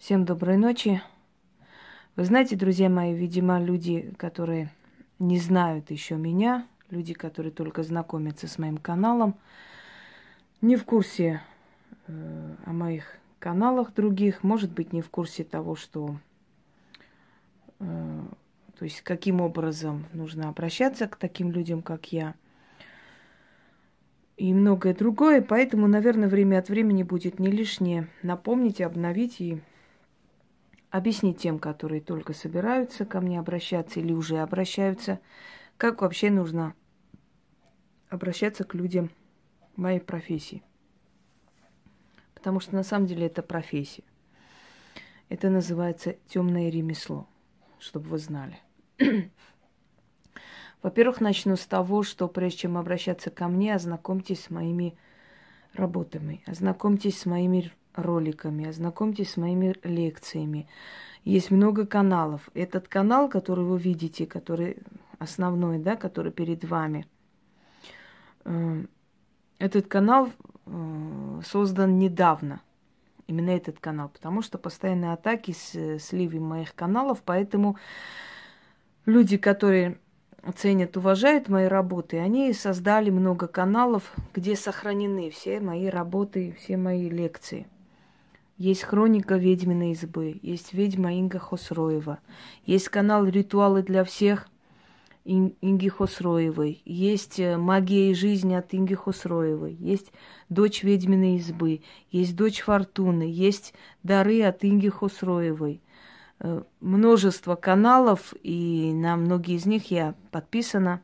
Всем доброй ночи. Вы знаете, друзья мои, видимо, люди, которые не знают еще меня, люди, которые только знакомятся с моим каналом, не в курсе о моих каналах других, может быть, не в курсе того, что, то есть, каким образом нужно обращаться к таким людям, как я, и многое другое. Поэтому, наверное, время от времени будет не лишнее напомнить, обновить и объяснить тем, которые только собираются ко мне обращаться или уже обращаются, как вообще нужно обращаться к людям моей профессии. Потому что на самом деле это профессия. Это называется темное ремесло, чтобы вы знали. Во-первых, начну с того, что прежде чем обращаться ко мне, ознакомьтесь с моими работами, ознакомьтесь с моими роликами, ознакомьтесь с моими лекциями. Есть много каналов. Этот канал, который вы видите, который основной, да, который перед вами, этот канал создан недавно. Именно этот канал, потому что постоянные атаки с сливом моих каналов, поэтому люди, которые ценят, уважают мои работы, они создали много каналов, где сохранены все мои работы, все мои лекции. Есть хроника ведьминой избы, есть ведьма Инга Хосроева, есть канал «Ритуалы для всех» Инги Хосроевой, есть «Магия и жизнь» от Инги Хосроевой, есть «Дочь ведьминой избы», есть «Дочь Фортуны», есть «Дары» от Инги Хосроевой. Множество каналов, и на многие из них я подписана,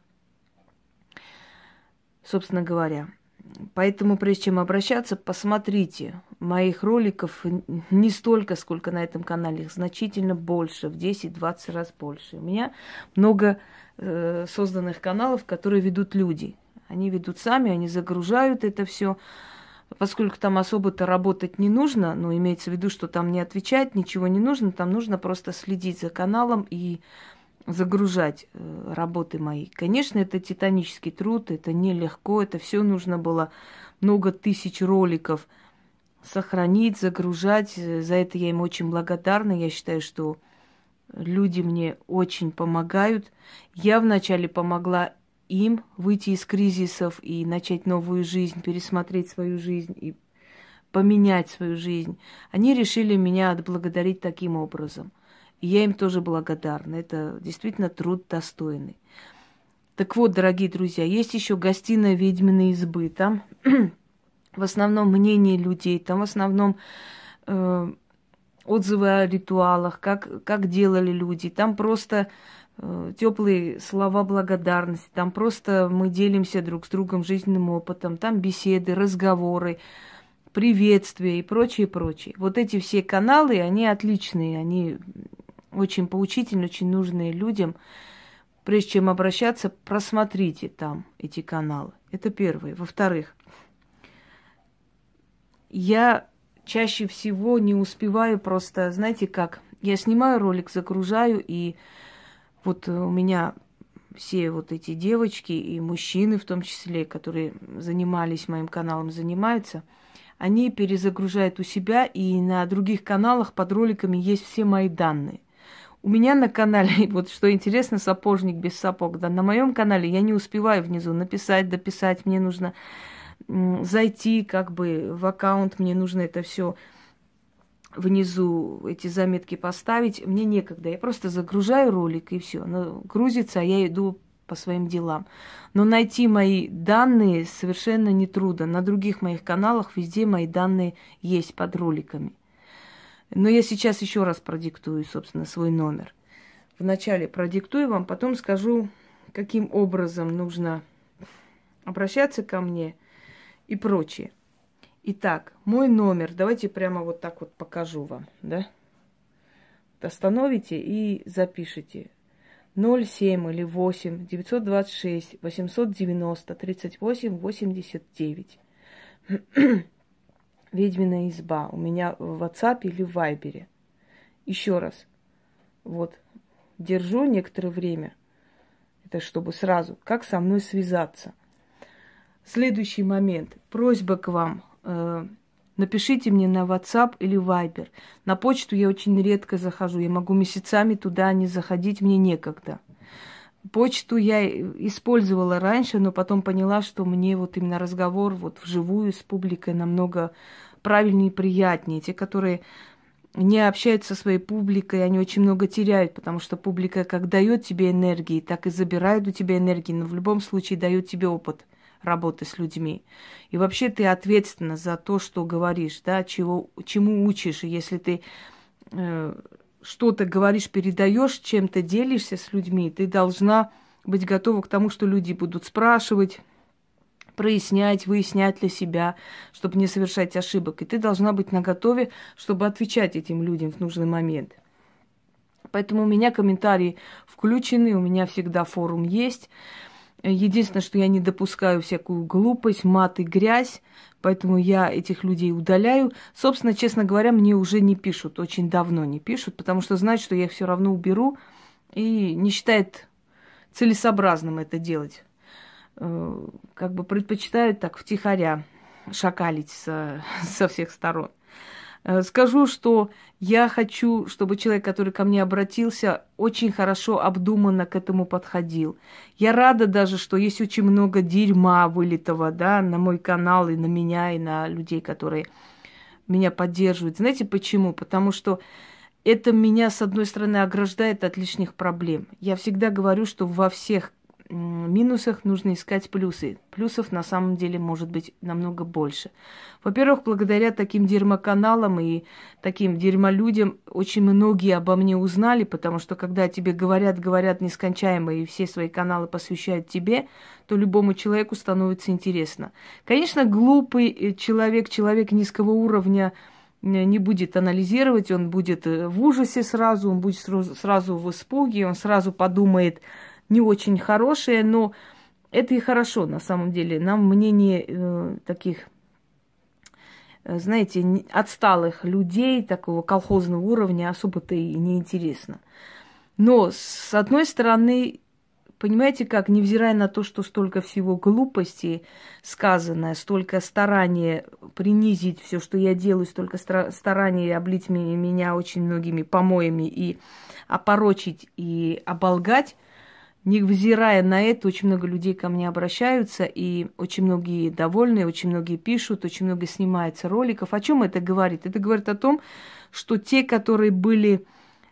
собственно говоря. Поэтому, прежде чем обращаться, посмотрите. Моих роликов не столько, сколько на этом канале, их значительно больше, в 10-20 раз больше. У меня много созданных каналов, которые ведут люди. Они ведут сами, они загружают это все. Поскольку там особо-то работать не нужно, но имеется в виду, что там не отвечать, ничего не нужно, там нужно просто следить за каналом и загружать работы мои. Конечно, это титанический труд, это нелегко, это все нужно было много тысяч роликов сохранить, загружать. За это я им очень благодарна. Я считаю, что люди мне очень помогают. Я вначале помогла им выйти из кризисов и начать новую жизнь, пересмотреть свою жизнь и поменять свою жизнь. Они решили меня отблагодарить таким образом. И я им тоже благодарна. Это действительно труд достойный. Так вот, дорогие друзья, есть еще гостиная ведьминой избы. Там в основном мнение людей, там в основном отзывы о ритуалах, как делали люди. Там просто теплые слова благодарности. Там просто мы делимся друг с другом жизненным опытом. Там беседы, разговоры, приветствия и прочее, прочее. Вот эти все каналы, они отличные, они очень поучительны, очень нужные людям. Прежде чем обращаться, просмотрите там эти каналы. Это первое. Во-вторых, я чаще всего не успеваю просто, знаете как, я снимаю ролик, загружаю, и вот у меня все вот эти девочки и мужчины в том числе, которые занимались моим каналом, занимаются, они перезагружают у себя, и на других каналах под роликами есть все мои данные. У меня на канале, вот что интересно, сапожник без сапог, да, на моем канале я не успеваю внизу написать, дописать, мне нужно зайти как бы в аккаунт, мне нужно это все внизу, эти заметки поставить, мне некогда, я просто загружаю ролик и все, оно грузится, а я иду по своим делам. Но найти мои данные совершенно нетрудно. На других моих каналах везде мои данные есть под роликами. Но я сейчас еще раз продиктую, собственно, свой номер. Вначале продиктую вам, потом скажу, каким образом нужно обращаться ко мне и прочее. Итак, мой номер, давайте прямо вот так вот покажу вам, да? Остановите и запишите. 07 или 8 926 890 38 89. Ведьминая изба. У меня в WhatsApp или в Viber. Еще раз. Вот. Держу некоторое время. Это чтобы сразу. Как со мной связаться. Следующий момент. Просьба к вам. напишите мне на WhatsApp или Viber. На почту я очень редко захожу. Я могу месяцами туда не заходить, мне некогда. Почту я использовала раньше, но потом поняла, что мне вот именно разговор вот вживую с публикой намного правильнее и приятнее. Те, которые не общаются со своей публикой, они очень много теряют, потому что публика как дает тебе энергии, так и забирает у тебя энергии, но в любом случае дает тебе опыт работы с людьми. И вообще ты ответственна за то, что говоришь, да, чему учишь. И если ты что-то говоришь, передаешь, чем-то делишься с людьми, ты должна быть готова к тому, что люди будут спрашивать, прояснять, выяснять для себя, чтобы не совершать ошибок. И ты должна быть наготове, чтобы отвечать этим людям в нужный момент. Поэтому у меня комментарии включены, у меня всегда форум есть. Единственное, что я не допускаю всякую глупость, мат и грязь, поэтому я этих людей удаляю. Собственно, честно говоря, мне уже не пишут, очень давно не пишут, потому что знают, что я их все равно уберу и не считают целесообразным это делать. Как бы предпочитают так втихаря шакалить со всех сторон. Скажу, что я хочу, чтобы человек, который ко мне обратился, очень хорошо обдуманно к этому подходил. Я рада даже, что есть очень много дерьма вылитого, да, на мой канал и на меня, и на людей, которые меня поддерживают. Знаете почему? Потому что это меня, с одной стороны, ограждает от лишних проблем. Я всегда говорю, что во всех минусах нужно искать плюсы. Плюсов на самом деле может быть намного больше. Во-первых, благодаря таким дерьмоканалам и таким дерьмолюдям очень многие обо мне узнали, потому что когда тебе говорят нескончаемо и все свои каналы посвящают тебе, то любому человеку становится интересно. Конечно, глупый человек низкого уровня не будет анализировать, он будет в ужасе сразу, он будет сразу в испуге, он сразу подумает не очень хорошее, но это и хорошо на самом деле. Нам мнение таких, знаете, отсталых людей, такого колхозного уровня особо-то и не интересно. Но, с одной стороны, понимаете как, невзирая на то, что столько всего глупости сказано, столько старания принизить все, что я делаю, столько старания облить меня очень многими помоями и опорочить и оболгать, невзирая на это, очень много людей ко мне обращаются, и очень многие довольны, очень многие пишут, очень много снимается роликов. О чем это говорит? Это говорит о том, что те, которые были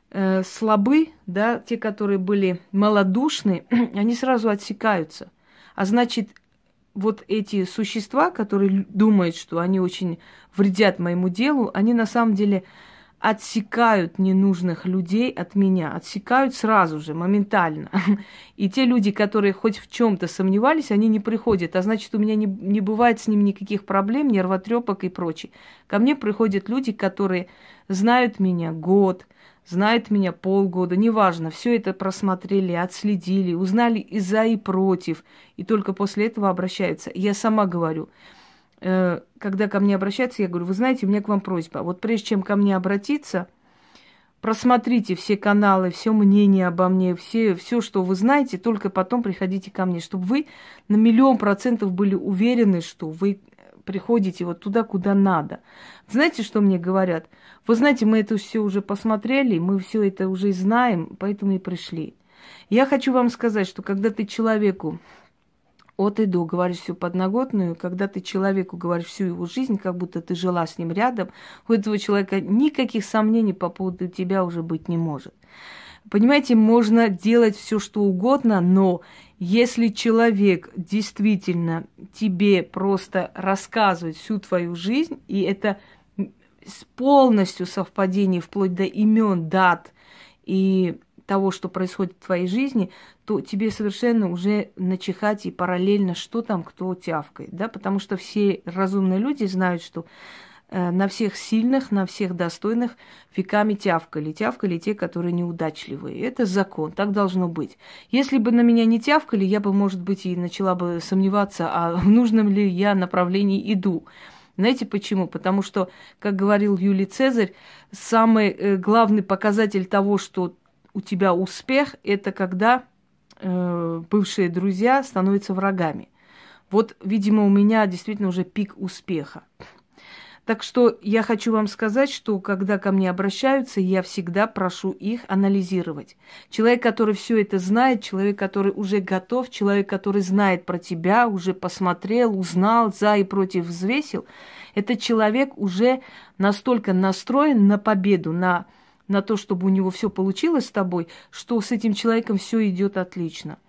слабы, да, те, которые были малодушны, они сразу отсекаются. А значит, вот эти существа, которые думают, что они очень вредят моему делу, они на самом деле отсекают ненужных людей от меня, отсекают сразу же, моментально. И те люди, которые хоть в чем-то сомневались, они не приходят, а значит, у меня не бывает с ним никаких проблем, нервотрепок и прочее. Ко мне приходят люди, которые знают меня год, знают меня полгода, неважно, все это просмотрели, отследили, узнали и за, и против, и только после этого обращаются. Я сама говорю, когда ко мне обращаются, я говорю, вы знаете, у меня к вам просьба. Вот прежде чем ко мне обратиться, просмотрите все каналы, все мнение обо мне, все, что вы знаете, только потом приходите ко мне, чтобы вы на 1000000% были уверены, что вы приходите вот туда, куда надо. Знаете, что мне говорят? Вы знаете, мы это все уже посмотрели, мы все это уже знаем, поэтому и пришли. Я хочу вам сказать, что когда ты человеку от и до говоришь всю подноготную, когда ты человеку говоришь всю его жизнь, как будто ты жила с ним рядом, у этого человека никаких сомнений по поводу тебя уже быть не может. Понимаете, можно делать все, что угодно, но если человек действительно тебе просто рассказывает всю твою жизнь, и это полностью совпадение вплоть до имен, дат и того, что происходит в твоей жизни, то тебе совершенно уже начихать и параллельно, что там кто тявкает, да, потому что все разумные люди знают, что на всех сильных, на всех достойных веками тявкали те, которые неудачливые. Это закон, так должно быть. Если бы на меня не тявкали, я бы, может быть, и начала бы сомневаться, а в нужном ли я направлении иду. Знаете почему? Потому что, как говорил Юлий Цезарь, самый главный показатель того, что у тебя успех, это когда бывшие друзья становятся врагами. Вот, видимо, у меня действительно уже пик успеха. Так что я хочу вам сказать, что когда ко мне обращаются, я всегда прошу их анализировать. Человек, который все это знает, человек, который уже готов, человек, который знает про тебя, уже посмотрел, узнал, за и против взвесил, этот человек уже настолько настроен на победу, на то, чтобы у него все получилось с тобой, что с этим человеком все идет отлично.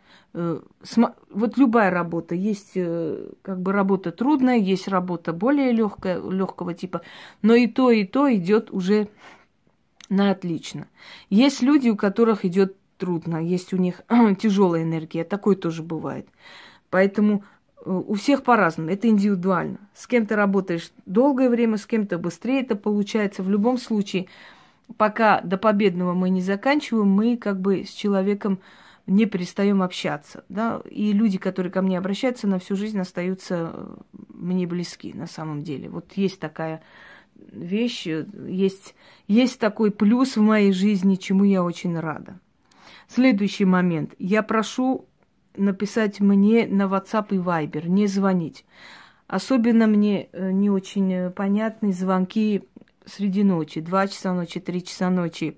Вот любая работа, есть как бы работа трудная, есть работа более легкого типа, но и то идет уже на отлично. Есть люди, у которых идет трудно, есть у них тяжелая энергия, такое тоже бывает. Поэтому у всех по-разному, это индивидуально. С кем-то работаешь долгое время, с кем-то быстрее это получается. В любом случае, пока до победного мы не заканчиваем, мы как бы с человеком не перестаем общаться, да, и люди, которые ко мне обращаются, на всю жизнь остаются мне близки на самом деле. Вот есть такая вещь, есть такой плюс в моей жизни, чему я очень рада. Следующий момент. Я прошу написать мне на WhatsApp и Viber, не звонить. Особенно мне не очень понятны звонки среди ночи, 2 часа ночи, 3 часа ночи.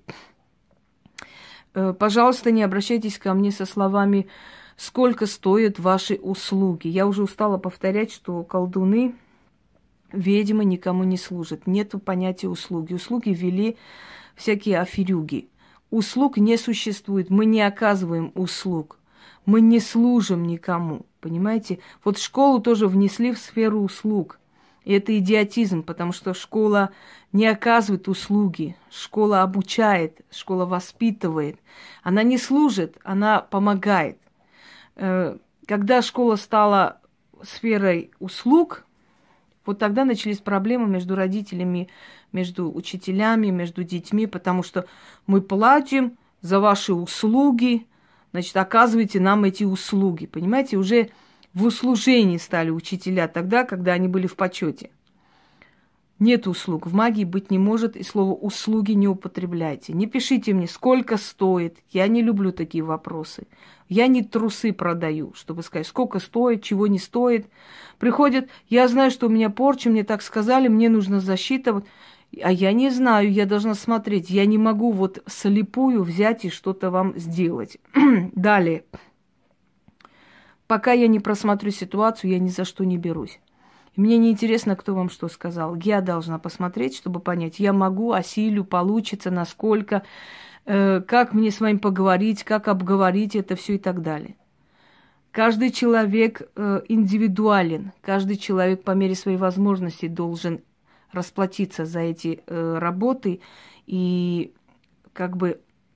Пожалуйста, не обращайтесь ко мне со словами «Сколько стоят ваши услуги?». Я уже устала повторять, что колдуны, ведьмы никому не служат. Нету понятия услуги. Услуги ввели всякие аферюги. Услуг не существует. Мы не оказываем услуг. Мы не служим никому. Понимаете? Вот школу тоже внесли в сферу услуг. И это идиотизм, потому что школа не оказывает услуги, школа обучает, школа воспитывает. Она не служит, она помогает. Когда школа стала сферой услуг, вот тогда начались проблемы между родителями, между учителями, между детьми, потому что мы платим за ваши услуги, значит, оказывайте нам эти услуги. Понимаете, уже в услужении стали учителя тогда, когда они были в почете. Нет услуг, в магии быть не может, и слово «услуги» не употребляйте. Не пишите мне, сколько стоит. Я не люблю такие вопросы. Я не трусы продаю, чтобы сказать, сколько стоит, чего не стоит. Приходят, я знаю, что у меня порча, мне так сказали, мне нужна защита. А я не знаю, я должна смотреть. Я не могу вот слепую взять и что-то вам сделать. Далее. Пока я не просмотрю ситуацию, я ни за что не берусь. И мне не интересно, кто вам что сказал. Я должна посмотреть, чтобы понять, я могу, осилю, получится, насколько, как мне с вами поговорить, как обговорить это все и так далее. Каждый человек индивидуален, каждый человек по мере своей возможности должен расплатиться за эти работы и как бы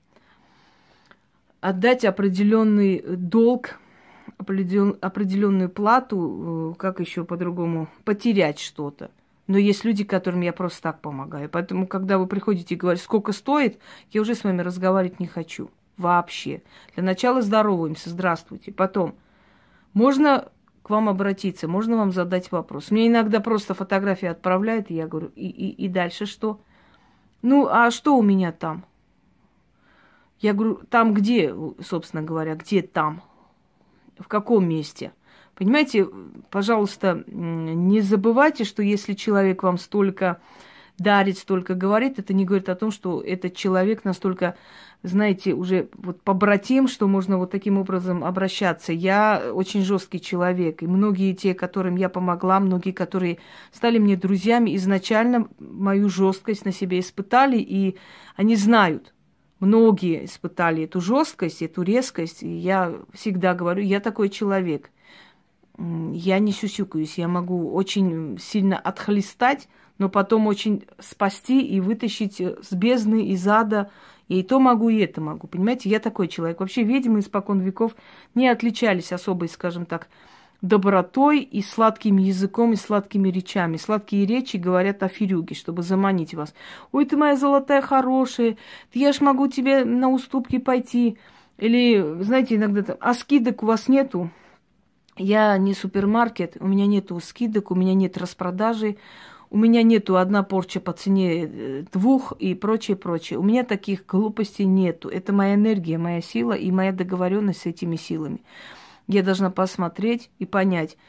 отдать определенный долг, определенную плату, как еще по-другому, потерять что-то. Но есть люди, которым я просто так помогаю. Поэтому, когда вы приходите и говорите, сколько стоит, я уже с вами разговаривать не хочу. Вообще. Для начала здороваемся, здравствуйте. Потом, можно к вам обратиться, можно вам задать вопрос. Мне иногда просто фотографии отправляют, и я говорю, и дальше что? Ну, а что у меня там? Я говорю, там где, собственно говоря, где там? В каком месте? Понимаете, пожалуйста, не забывайте, что если человек вам столько дарит, столько говорит, это не говорит о том, что этот человек настолько, знаете, уже вот побратим, что можно вот таким образом обращаться. Я очень жесткий человек, и многие те, которым я помогла, многие, которые стали мне друзьями, изначально мою жесткость на себе испытали, и они знают. Многие испытали эту жесткость, эту резкость. И я всегда говорю, я такой человек. Я не сюсюкаюсь. Я могу очень сильно отхлестать, но потом очень спасти и вытащить с бездны, из ада. Я и то могу, и это могу. Понимаете, я такой человек. Вообще ведьмы испокон веков не отличались особой, скажем так, добротой и сладким языком, и сладкими речами. Сладкие речи говорят о фирюге, чтобы заманить вас. Ой, ты моя золотая хорошая, я ж могу тебе на уступки пойти. Или, знаете, иногда там, а скидок у вас нету? Я не супермаркет, у меня нету скидок, у меня нет распродажи, у меня нету одна порча по цене 2 и прочее, прочее. У меня таких глупостей нету. Это моя энергия, моя сила и моя договоренность с этими силами. Я должна посмотреть и понять,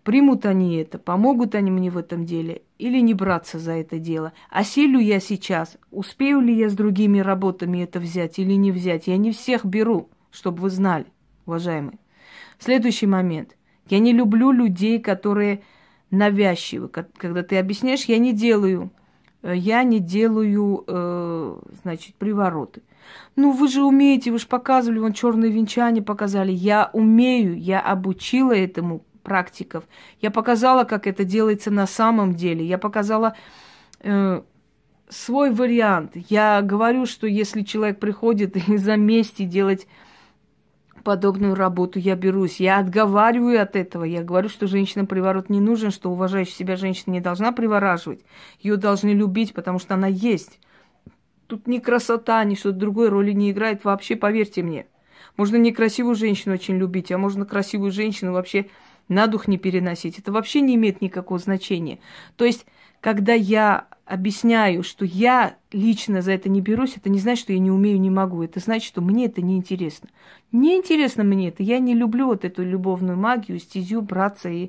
примут они это, помогут они мне в этом деле или не браться за это дело. Осилю я сейчас, успею ли я с другими работами это взять или не взять. Я не всех беру, чтобы вы знали, уважаемые. Следующий момент. Я не люблю людей, которые навязчивы. Когда ты объясняешь, я не делаю, значит, привороты. Ну, вы же умеете, вы же показывали, вон черные венчания показали. Я умею, я обучила этому практиков. Я показала, как это делается на самом деле. Я показала свой вариант. Я говорю, что если человек приходит и за мести делать подобную работу, я берусь. Я отговариваю от этого. Я говорю, что женщинам приворот не нужен, что уважающая себя женщина не должна привораживать. Ее должны любить, потому что она есть. Тут ни красота, ни что-то другой роли не играет вообще, поверьте мне. Можно некрасивую женщину очень любить, а можно красивую женщину вообще на дух не переносить. Это вообще не имеет никакого значения. То есть, когда я объясняю, что я лично за это не берусь, это не значит, что я не умею, не могу. Это значит, что мне это неинтересно. Неинтересно мне это. Я не люблю вот эту любовную магию, стезю, браться. И,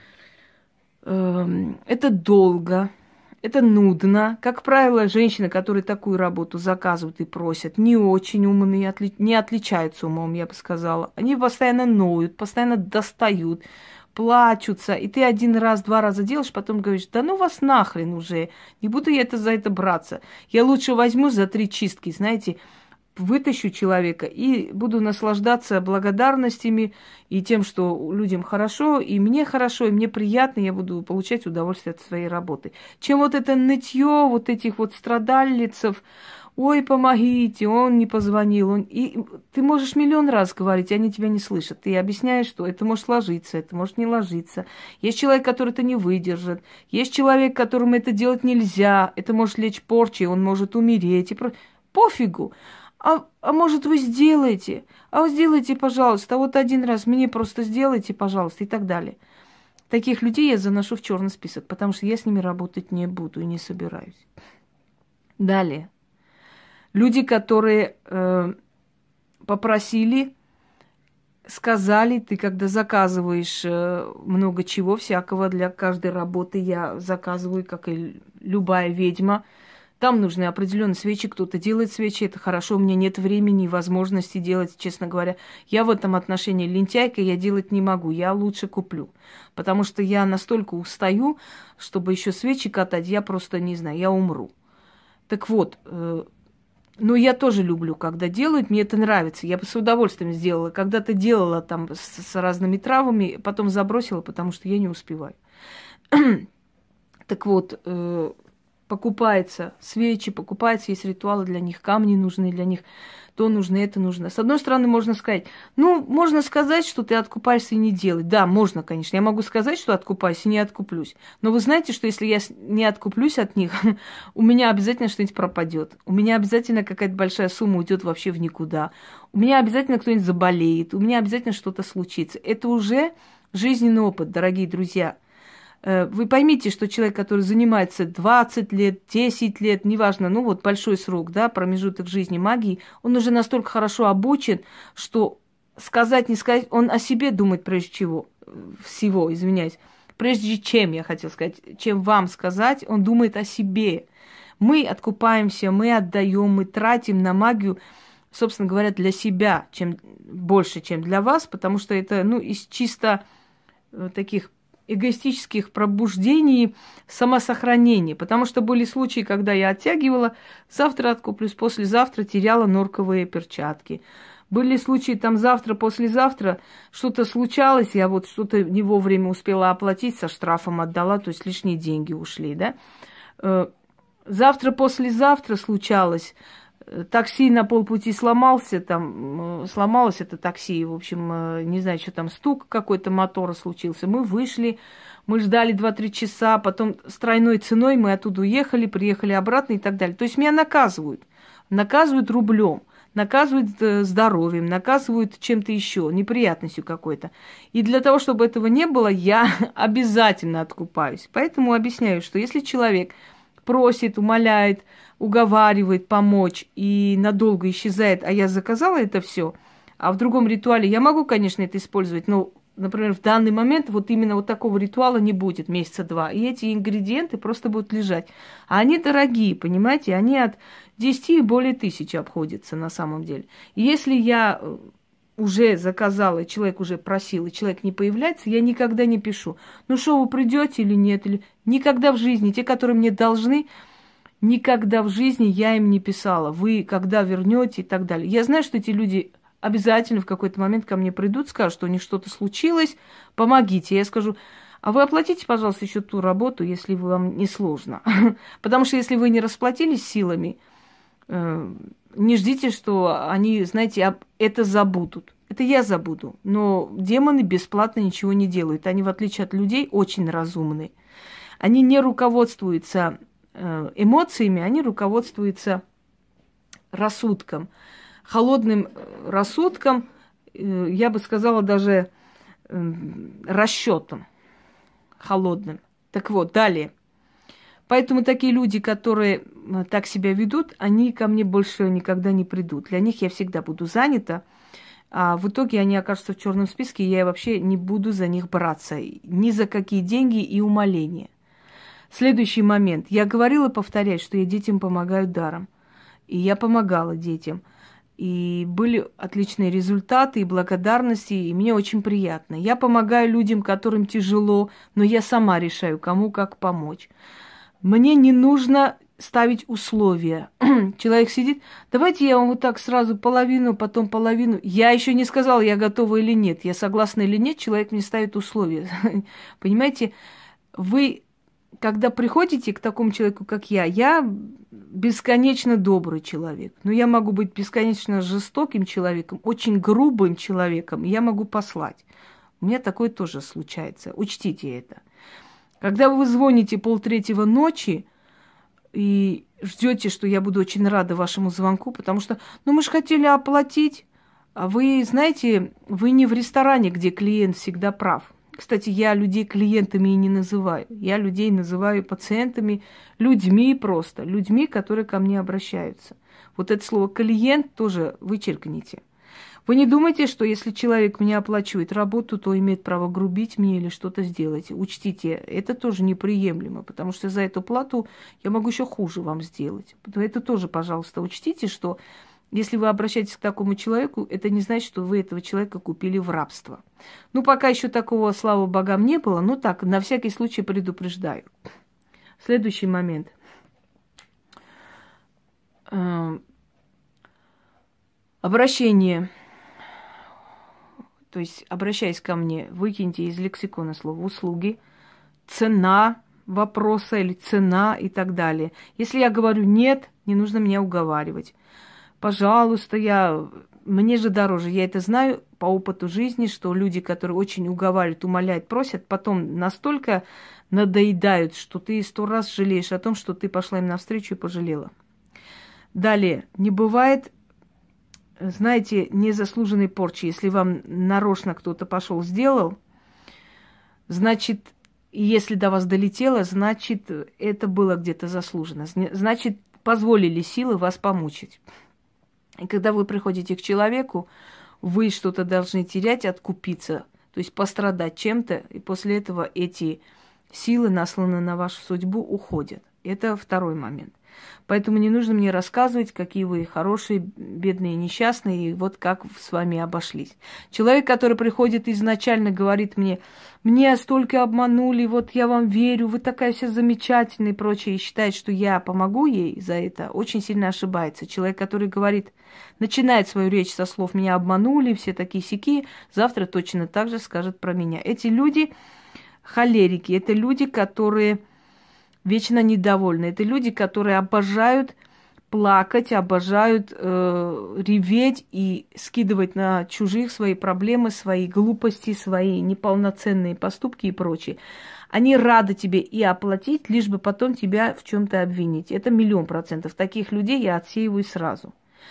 это долго. Это нудно. Как правило, женщины, которые такую работу заказывают и просят, не очень умные, не отличаются умом, я бы сказала. Они постоянно ноют, постоянно достают, плачутся. И ты один раз, два раза делаешь, потом говоришь, да ну вас нахрен уже, не буду я за это браться. Я лучше возьму за 3 чистки, знаете, вытащу человека и буду наслаждаться благодарностями и тем, что людям хорошо, и мне хорошо, и мне приятно, я буду получать удовольствие от своей работы. Чем вот это нытье вот этих вот страдалицев, ой, помогите, он не позвонил. И ты можешь миллион раз говорить, они тебя не слышат. Ты объясняешь, что это может ложиться, это может не ложиться. Есть человек, который это не выдержит. Есть человек, которому это делать нельзя. Это может лечь порчей, он может умереть. Пофигу. А может, вы сделаете? А вы сделайте, пожалуйста. А вот один раз мне просто сделайте, пожалуйста, и так далее. Таких людей я заношу в черный список, потому что я с ними работать не буду и не собираюсь. Далее. Люди, которые попросили, сказали, ты когда заказываешь много чего всякого для каждой работы, я заказываю, как и любая ведьма. Там нужны определенные свечи, кто-то делает свечи, это хорошо, у меня нет времени и возможности делать, честно говоря. Я в этом отношении лентяйка, я делать не могу, я лучше куплю. Потому что я настолько устаю, чтобы еще свечи катать, я просто не знаю, я умру. Так вот, но я тоже люблю, когда делают, мне это нравится. Я бы с удовольствием сделала. Когда-то делала там с разными травами, потом забросила, потому что я не успеваю. Так вот, покупается свечи, покупается, есть ритуалы для них, камни нужны для них, то нужно, это нужно. С одной стороны, можно сказать, ну, можно сказать, что ты откупаешься и не делай. Да, можно, конечно. Я могу сказать, что откупаюсь и не откуплюсь. Но вы знаете, что если я не откуплюсь от них, у меня обязательно что-нибудь пропадет. У меня обязательно какая-то большая сумма уйдет вообще в никуда. У меня обязательно кто-нибудь заболеет. У меня обязательно что-то случится. Это уже жизненный опыт, дорогие друзья. Вы поймите, что человек, который занимается 20 лет, 10 лет, неважно, ну вот большой срок, да, промежуток жизни магии, он уже настолько хорошо обучен, что сказать, не сказать, он о себе думает прежде всего, извиняюсь, прежде чем, я хотела сказать, чем вам сказать, он думает о себе. Мы откупаемся, мы отдаем, мы тратим на магию, собственно говоря, для себя, чем больше, чем для вас, потому что это, ну, из чисто таких эгоистических пробуждений самосохранения. Потому что были случаи, когда я оттягивала, завтра откуплюсь, послезавтра теряла норковые перчатки. Были случаи, там завтра, послезавтра что-то случалось, я вот что-то не вовремя успела оплатить, со штрафом отдала, то есть лишние деньги ушли, да. Завтра, послезавтра случалось, такси на полпути сломалось это такси, в общем, не знаю, что там, стук какой-то мотора случился. Мы вышли, мы ждали 2-3 часа, потом с тройной ценой мы оттуда уехали, приехали обратно и так далее. То есть меня наказывают рублем, наказывают здоровьем, наказывают чем-то еще, неприятностью какой-то. И для того, чтобы этого не было, я обязательно откупаюсь. Поэтому объясняю, что если человек просит, умоляет, уговаривает помочь и надолго исчезает, а я заказала это все, а в другом ритуале я могу, конечно, это использовать, но например, в данный момент вот именно вот такого ритуала не будет месяца два. И эти ингредиенты просто будут лежать. А они дорогие, понимаете? Они от 10 и более тысяч обходятся на самом деле. И если я уже заказала, и человек уже просил, и человек не появляется, я никогда не пишу. Ну что, вы придете или нет? Или... Никогда в жизни. Те, которые мне должны, никогда в жизни я им не писала. Вы когда вернете и так далее. Я знаю, что эти люди обязательно в какой-то момент ко мне придут, скажут, что у них что-то случилось, помогите. Я скажу, а вы оплатите, пожалуйста, еще ту работу, если вам не сложно. Потому что если вы не расплатились силами, не ждите, что они, знаете, это забудут. Это я забуду. Но демоны бесплатно ничего не делают. Они, в отличие от людей, очень разумны. Они не руководствуются эмоциями, они руководствуются рассудком. Холодным рассудком, я бы сказала, даже расчетом холодным. Так вот, далее. Поэтому такие люди, которые так себя ведут, они ко мне больше никогда не придут. Для них я всегда буду занята, а в итоге они окажутся в черном списке, и я вообще не буду за них браться. Ни за какие деньги и умоления. Следующий момент. Я говорила, повторяюсь, что я детям помогаю даром. И я помогала детям. И были отличные результаты и благодарности, и мне очень приятно. Я помогаю людям, которым тяжело, но я сама решаю, кому как помочь. Мне не нужно ставить условия. Человек сидит, давайте я вам вот так сразу половину, потом половину. Я еще не сказала, я готова или нет, я согласна или нет, человек мне ставит условия. Понимаете, вы, когда приходите к такому человеку, как я бесконечно добрый человек, но я могу быть бесконечно жестоким человеком, очень грубым человеком, я могу послать. У меня такое тоже случается, учтите это. Когда вы звоните 2:30 ночи и ждете, что я буду очень рада вашему звонку, потому что, ну, мы же хотели оплатить, а вы, знаете, вы не в ресторане, где клиент всегда прав. Кстати, я людей клиентами и не называю. Я людей называю пациентами, людьми просто, людьми, которые ко мне обращаются. Вот это слово «клиент» тоже вычеркните. Вы не думайте, что если человек мне оплачивает работу, то имеет право грубить мне или что-то сделать. Учтите, это тоже неприемлемо, потому что за эту плату я могу еще хуже вам сделать. Это тоже, пожалуйста, учтите, что если вы обращаетесь к такому человеку, это не значит, что вы этого человека купили в рабство. Ну, пока еще такого, слава богам, не было, но так, на всякий случай предупреждаю. Следующий момент. Обращение. То есть, обращаясь ко мне, выкиньте из лексикона слово «услуги», «цена» вопроса или «цена» и так далее. Если я говорю «нет», не нужно меня уговаривать. Пожалуйста, мне же дороже. Я это знаю по опыту жизни, что люди, которые очень уговаривают, умоляют, просят, потом настолько надоедают, что ты 100 раз жалеешь о том, что ты пошла им навстречу и пожалела. Далее. Не бывает, знаете, незаслуженной порчи. Если вам нарочно кто-то пошел, сделал, значит, если до вас долетело, значит, это было где-то заслужено. Значит, позволили силы вас помучить. И когда вы приходите к человеку, вы что-то должны терять, откупиться, то есть пострадать чем-то, и после этого эти силы, насланные на вашу судьбу, уходят. Это второй момент. Поэтому не нужно мне рассказывать, какие вы хорошие, бедные, несчастные, и вот как с вами обошлись. Человек, который приходит изначально, говорит мне, меня столько обманули, вот я вам верю, вы такая вся замечательная и прочее, и считает, что я помогу ей за это, очень сильно ошибается. Человек, который говорит, начинает свою речь со слов «меня обманули, все такие сяки», завтра точно так же скажет про меня. Эти люди холерики, это люди, которые вечно недовольны. Это люди, которые обожают плакать, обожают реветь и скидывать на чужих свои проблемы, свои глупости, свои неполноценные поступки и прочее. Они рады тебе и оплатить, лишь бы потом тебя в чем-то обвинить. Это 1000000%. Таких людей я отсеиваю сразу.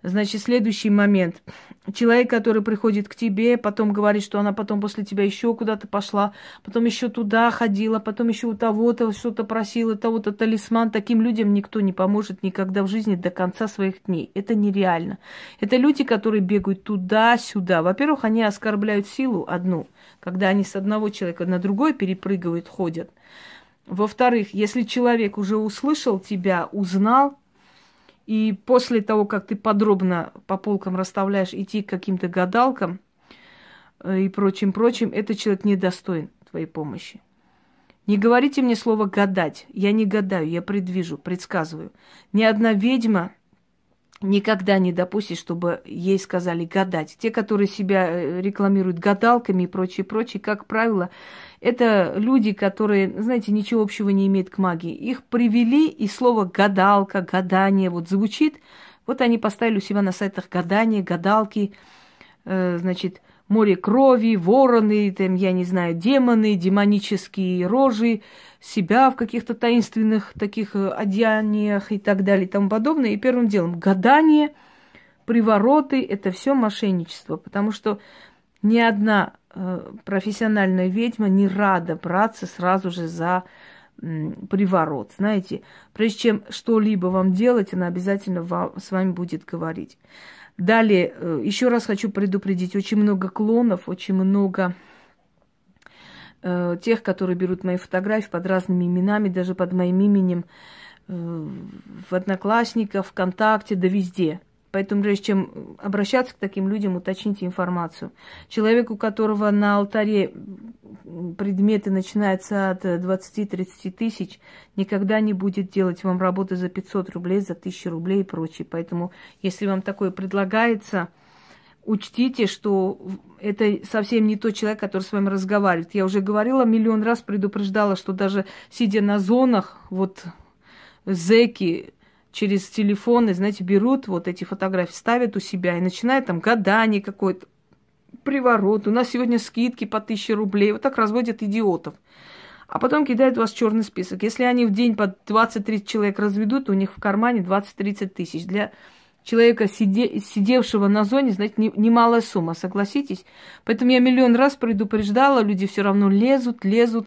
Значит, следующий момент. Человек, который приходит к тебе, потом говорит, что она потом после тебя еще куда-то пошла, потом еще туда ходила, потом еще у того-то что-то просила, того-то талисман. Таким людям никто не поможет никогда в жизни до конца своих дней. Это нереально. Это люди, которые бегают туда-сюда. Во-первых, они оскорбляют силу одну, когда они с одного человека на другой перепрыгивают, ходят. Во-вторых, если человек уже услышал тебя, узнал, и после того, как ты подробно по полкам расставляешь, идти к каким-то гадалкам и прочим, этот человек недостоин твоей помощи. Не говорите мне слово «гадать». Я не гадаю, я предвижу, предсказываю. Ни одна ведьма никогда не допустит, чтобы ей сказали гадать. Те, которые себя рекламируют гадалками и прочее, как правило, это люди, которые, знаете, ничего общего не имеют к магии. Их привели, и слово гадалка, гадание вот звучит. Вот они поставили у себя на сайтах гадания, гадалки, значит, море крови, вороны, там, я не знаю, демоны, демонические рожи, себя в каких-то таинственных таких одеяниях и так далее и тому подобное. И первым делом гадание, привороты – это все мошенничество, потому что ни одна профессиональная ведьма не рада браться сразу же за приворот. Знаете, прежде чем что-либо вам делать, она обязательно с вами будет говорить. Далее, еще раз хочу предупредить, очень много клонов, очень много тех, которые берут мои фотографии под разными именами, даже под моим именем в Одноклассниках, ВКонтакте, да везде. Поэтому, прежде чем обращаться к таким людям, уточните информацию. Человек, у которого на алтаре предметы начинаются от 20-30 тысяч, никогда не будет делать вам работы за 500 рублей, за 1000 рублей и прочее. Поэтому, если вам такое предлагается, учтите, что это совсем не тот человек, который с вами разговаривает. Я уже говорила, миллион раз предупреждала, что даже сидя на зонах, вот зэки через телефоны, знаете, берут вот эти фотографии, ставят у себя и начинают там гадание какое-то, приворот. У нас сегодня скидки по 1000 рублей. Вот так разводят идиотов. А потом кидают вас в черный список. Если они в день по 20-30 человек разведут, у них в кармане 20-30 тысяч. Для человека, сидевшего на зоне, знаете, немалая сумма, согласитесь? Поэтому я миллион раз предупреждала, люди все равно лезут.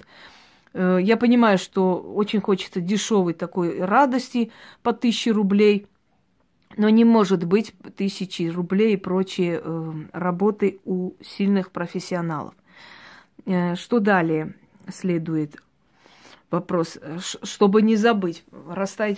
Я понимаю, что очень хочется дешевой такой радости по 1000 рублей, но не может быть 1000 рублей и прочие работы у сильных профессионалов. Что далее следует? Вопрос, чтобы не забыть, расставить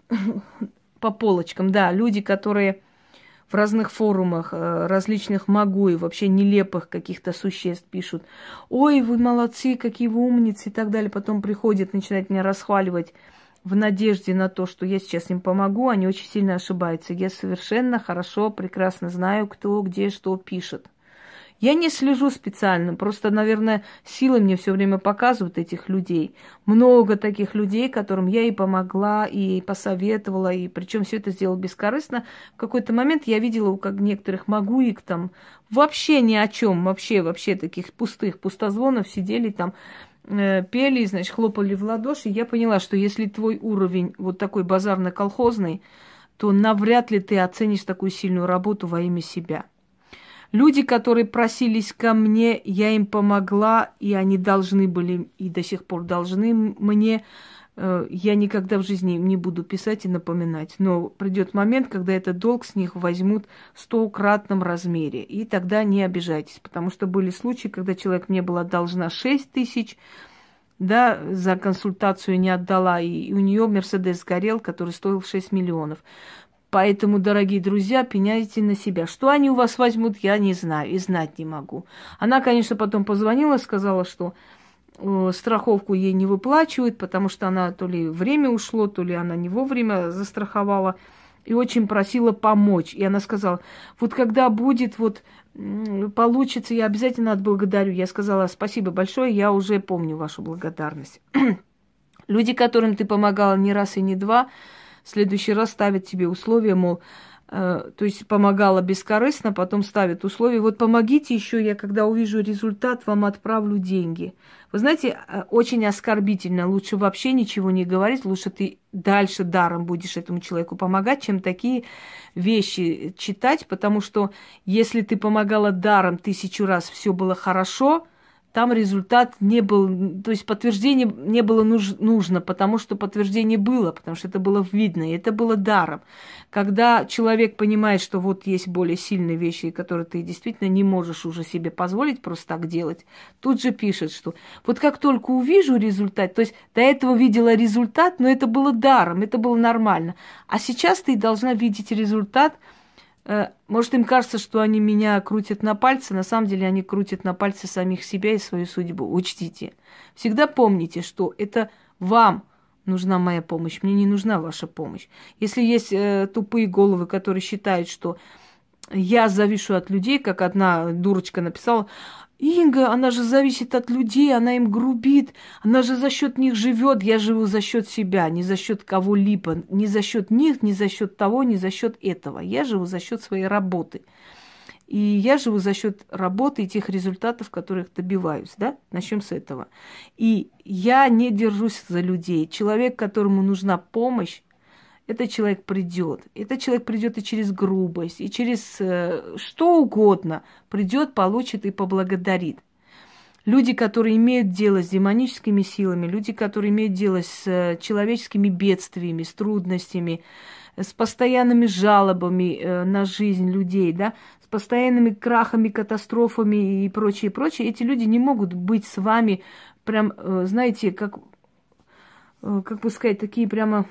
по полочкам. Да, люди, которые в разных форумах, различных магуев, вообще нелепых каких-то существ пишут: «Ой, вы молодцы, какие вы умницы» и так далее. Потом приходят, начинают меня расхваливать в надежде на то, что я сейчас им помогу. Они очень сильно ошибаются. Я совершенно хорошо, прекрасно знаю, кто, где, что пишет. Я не слежу специально, просто, наверное, силы мне все время показывают этих людей. Много таких людей, которым я и помогла, и посоветовала, и причем все это сделала бескорыстно. В какой-то момент я видела, как некоторых магуек там вообще ни о чем, вообще таких пустозвонов сидели там, пели, значит, хлопали в ладоши. Я поняла, что если твой уровень вот такой базарно-колхозный, то навряд ли ты оценишь такую сильную работу во имя себя. Люди, которые просились ко мне, я им помогла, и они должны были, и до сих пор должны мне. Я никогда в жизни не буду писать и напоминать. Но придет момент, когда этот долг с них возьмут в 100-кратном размере. И тогда не обижайтесь, потому что были случаи, когда человек мне была должна 6 тысяч, да, за консультацию не отдала, и у нее Мерседес сгорел, который стоил 6 миллионов. Поэтому, дорогие друзья, пеняйте на себя. Что они у вас возьмут, я не знаю и знать не могу. Она, конечно, потом позвонила, сказала, что страховку ей не выплачивают, потому что она то ли время ушло, то ли она не вовремя застраховала. И очень просила помочь. И она сказала: вот когда будет, вот получится, я обязательно отблагодарю. Я сказала: спасибо большое, я уже помню вашу благодарность. Люди, которым ты помогала не раз и не два, в следующий раз ставят тебе условия, мол, то есть помогала бескорыстно, потом ставит условия. Вот помогите еще, я когда увижу результат, вам отправлю деньги. Вы знаете, очень оскорбительно. Лучше вообще ничего не говорить, лучше ты дальше даром будешь этому человеку помогать, чем такие вещи читать, потому что если ты помогала даром 1000 раз, все было хорошо, там результат не был, то есть подтверждение не было нужно, потому что подтверждение было, потому что это было видно, и это было даром. Когда человек понимает, что вот есть более сильные вещи, которые ты действительно не можешь уже себе позволить просто так делать, тут же пишет, что вот как только увижу результат, то есть до этого видела результат, но это было даром, это было нормально, а сейчас ты должна видеть результат. Может, им кажется, что они меня крутят на пальцы, на самом деле они крутят на пальцы самих себя и свою судьбу. Учтите. Всегда помните, что это вам нужна моя помощь, мне не нужна ваша помощь. Если есть тупые головы, которые считают, что я завишу от людей, как одна дурочка написала, Инга, она же зависит от людей, она им грубит, она же за счет них живет, я живу за счет себя, не за счет кого-либо, не за счет них, не за счет того, не за счет этого. Я живу за счет своей работы. И я живу за счет работы и тех результатов, которых добиваюсь, да? Начнем с этого. И я не держусь за людей. Человек, которому нужна помощь, этот человек придет. Этот человек придет и через грубость, и через что угодно. Придет, получит и поблагодарит. Люди, которые имеют дело с демоническими силами, люди, которые имеют дело с человеческими бедствиями, с трудностями, с постоянными жалобами на жизнь людей, да, с постоянными крахами, катастрофами и прочее, прочее, эти люди не могут быть с вами прям, знаете, как бы сказать, такие прямо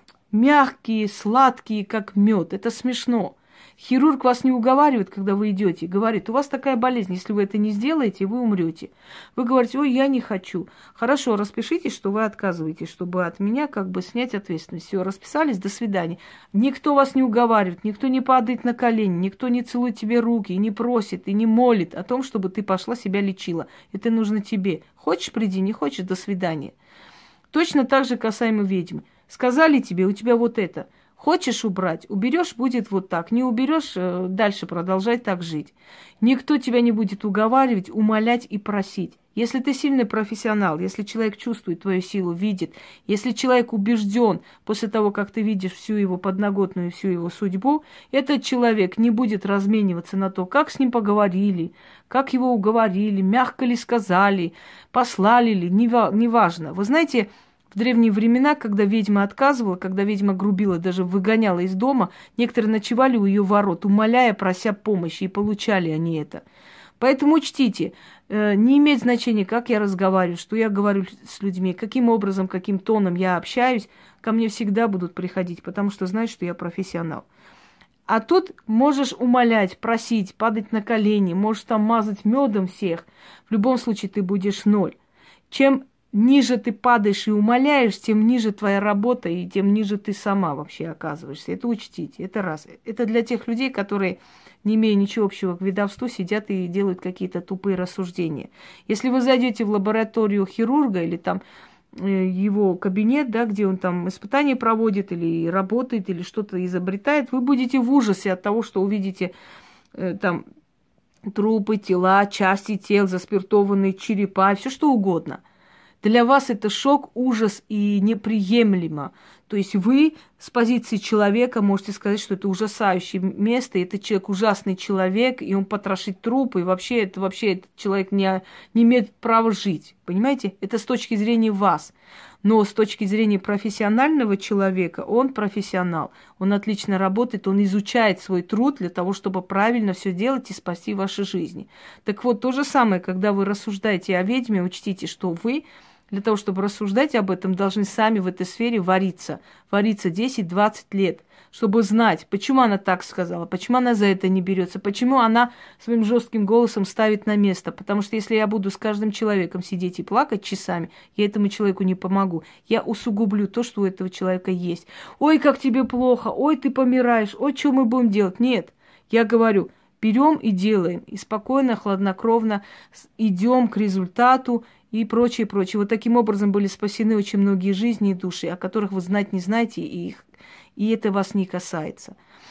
мягкие, сладкие, как мед. Это смешно. Хирург вас не уговаривает, когда вы идете, говорит, у вас такая болезнь, если вы это не сделаете, вы умрете. Вы говорите, ой, я не хочу. Хорошо, распишитесь, что вы отказываетесь, чтобы от меня как бы снять ответственность. Все, расписались, до свидания. Никто вас не уговаривает, никто не падает на колени, никто не целует тебе руки, и не просит, и не молит о том, чтобы ты пошла себя лечила. Это нужно тебе. Хочешь, приди, не хочешь, до свидания. Точно так же касаемо ведьмы. Сказали тебе, у тебя вот это. Хочешь убрать, уберешь, будет вот так. Не уберешь, дальше продолжай так жить. Никто тебя не будет уговаривать, умолять и просить. Если ты сильный профессионал, если человек чувствует твою силу, видит, если человек убежден после того, как ты видишь всю его подноготную, всю его судьбу, этот человек не будет размениваться на то, как с ним поговорили, как его уговорили, мягко ли сказали, послали ли, неважно. Вы знаете, в древние времена, когда ведьма отказывала, когда ведьма грубила, даже выгоняла из дома, некоторые ночевали у ее ворот, умоляя, прося помощи, и получали они это. Поэтому учтите, не имеет значения, как я разговариваю, что я говорю с людьми, каким образом, каким тоном я общаюсь, ко мне всегда будут приходить, потому что знают, что я профессионал. А тут можешь умолять, просить, падать на колени, можешь там мазать медом всех. В любом случае ты будешь ноль. Чем ниже ты падаешь и умоляешь, тем ниже твоя работа, и тем ниже ты сама вообще оказываешься. Это учтите, это раз. Это для тех людей, которые, не имея ничего общего к ведовству, сидят и делают какие-то тупые рассуждения. Если вы зайдете в лабораторию хирурга или там его кабинет, да, где он там испытания проводит или работает, или что-то изобретает, вы будете в ужасе от того, что увидите там трупы, тела, части тел, заспиртованные черепа, все что угодно. Для вас это шок, ужас и неприемлемо. То есть вы с позиции человека можете сказать, что это ужасающее место, и этот человек ужасный человек, и он потрошит трупы, и вообще этот человек не имеет права жить. Понимаете? Это с точки зрения вас. Но с точки зрения профессионального человека, он профессионал, он отлично работает, он изучает свой труд для того, чтобы правильно все делать и спасти ваши жизни. Так вот, то же самое, когда вы рассуждаете о ведьме, учтите, что вы для того, чтобы рассуждать об этом, должны сами в этой сфере вариться 10-20 лет, чтобы знать, почему она так сказала, почему она за это не берется, почему она своим жестким голосом ставит на место. Потому что если я буду с каждым человеком сидеть и плакать часами, я этому человеку не помогу. Я усугублю то, что у этого человека есть. Ой, как тебе плохо, ой, ты помираешь, ой, что мы будем делать? Нет, я говорю, берем и делаем, и спокойно, хладнокровно идем к результату, и прочее, прочее. Вот таким образом были спасены очень многие жизни и души, о которых вы знать не знаете, и это вас не касается.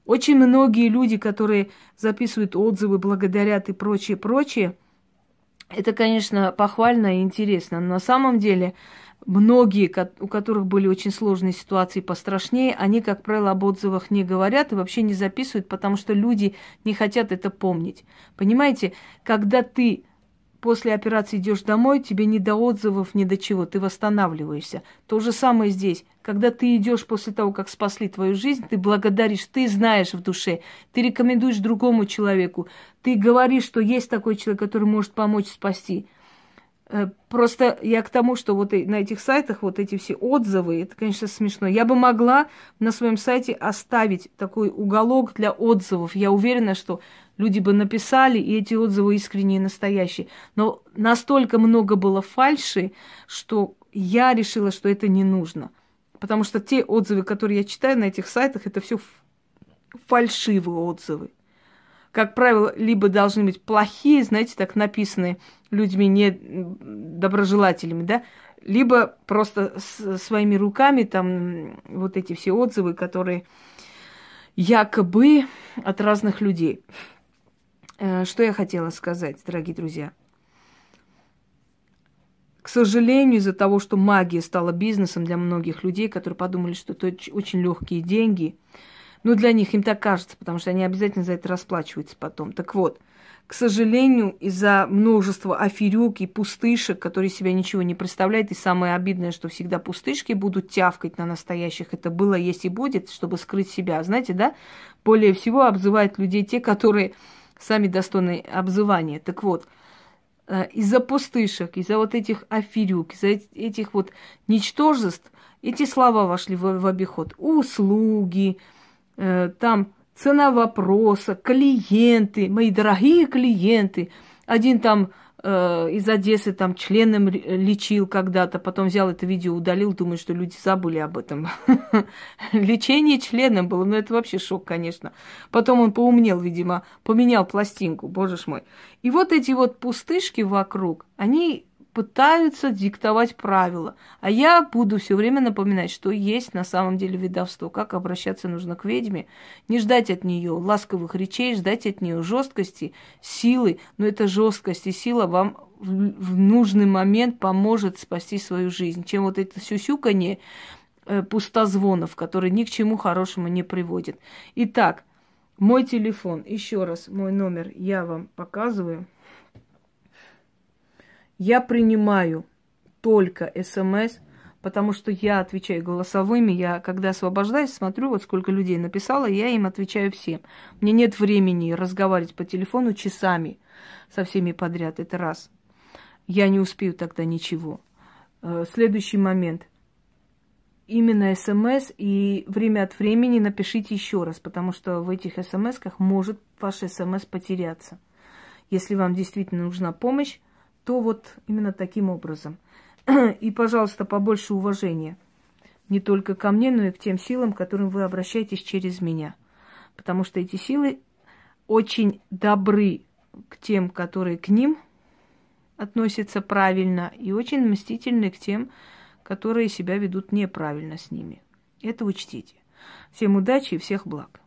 Очень многие люди, которые записывают отзывы, благодарят и прочее, прочее, это, конечно, похвально и интересно. Но на самом деле многие, у которых были очень сложные ситуации пострашнее, они, как правило, об отзывах не говорят и вообще не записывают, потому что люди не хотят это помнить. Понимаете, когда ты после операции идешь домой, тебе не до отзывов, ни до чего, ты восстанавливаешься. То же самое здесь. Когда ты идешь после того, как спасли твою жизнь, ты благодаришь, ты знаешь в душе, ты рекомендуешь другому человеку, ты говоришь, что есть такой человек, который может помочь спасти. Просто я к тому, что вот на этих сайтах вот эти все отзывы, это, конечно, смешно. Я бы могла на своем сайте оставить такой уголок для отзывов. Я уверена, что люди бы написали, и эти отзывы искренние и настоящие. Но настолько много было фальши, что я решила, что это не нужно. Потому что те отзывы, которые я читаю на этих сайтах, это все фальшивые отзывы. Как правило, либо должны быть плохие, знаете, так написанные людьми недоброжелателями, да, либо просто своими руками там вот эти все отзывы, которые якобы от разных людей. Что я хотела сказать, дорогие друзья? К сожалению, из-за того, что магия стала бизнесом для многих людей, которые подумали, что это очень легкие деньги, ну, для них им так кажется, потому что они обязательно за это расплачиваются потом. Так вот, к сожалению, из-за множества аферюк и пустышек, которые себя ничего не представляют, и самое обидное, что всегда пустышки будут тявкать на настоящих, это было, есть и будет, чтобы скрыть себя. Знаете, да? Более всего обзывают людей те, которые сами достойны обзывания. Так вот, из-за пустышек, из-за вот этих аферюк, из-за этих вот ничтожеств, эти слова вошли в обиход. Услуги, там цена вопроса, клиенты, мои дорогие клиенты. Один там из Одессы там членом лечил когда-то, потом взял это видео, удалил, думаю, что люди забыли об этом. Лечение членом было, ну это вообще шок, конечно. Потом он поумнел, видимо, поменял пластинку, боже ж мой. И вот эти вот пустышки вокруг, они пытаются диктовать правила. А я буду все время напоминать, что есть на самом деле ведовство, как обращаться нужно к ведьме, не ждать от нее ласковых речей, ждать от нее жесткости, силы, но эта жесткость и сила вам в нужный момент поможет спасти свою жизнь, чем вот это сюсюканье пустозвонов, которые ни к чему хорошему не приводят. Итак, мой телефон, еще раз, мой номер я вам показываю. Я принимаю только СМС, потому что я отвечаю голосовыми. Я, когда освобождаюсь, смотрю, вот сколько людей написало, я им отвечаю всем. Мне нет времени разговаривать по телефону часами со всеми подряд. Это раз. Я не успею тогда ничего. Следующий момент. Именно СМС, и время от времени напишите еще раз, потому что в этих СМСках может ваш СМС потеряться. Если вам действительно нужна помощь, то вот именно таким образом. И, пожалуйста, побольше уважения. Не только ко мне, но и к тем силам, к которым вы обращаетесь через меня. Потому что эти силы очень добры к тем, которые к ним относятся правильно, и очень мстительны к тем, которые себя ведут неправильно с ними. Это учтите. Всем удачи и всех благ.